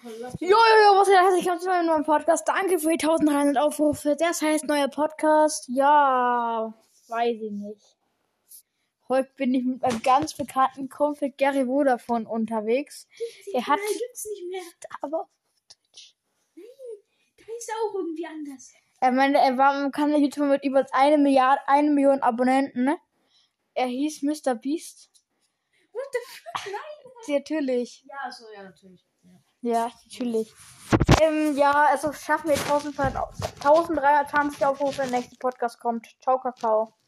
Was herzlich willkommen zu meinem neuen Podcast. Danke für die 1300 Aufrufe. Das heißt neuer Podcast. Ja, weiß ich nicht. Heute bin ich mit einem ganz bekannten Kumpel Gary Vodafone unterwegs. Der hat gibt's nicht mehr. aber auf Twitch. Nein, da ist er auch irgendwie anders. Er meinte, er war im Kanal YouTube mit über 1 Million Abonnenten, ne? Er hieß Mr. Beast. What the fuck? Nein. Natürlich. Ja, so, ja, natürlich. Ja, natürlich. Also schaffen wir 1320 Aufrufe, der nächste Podcast kommt. Ciao, Kakao.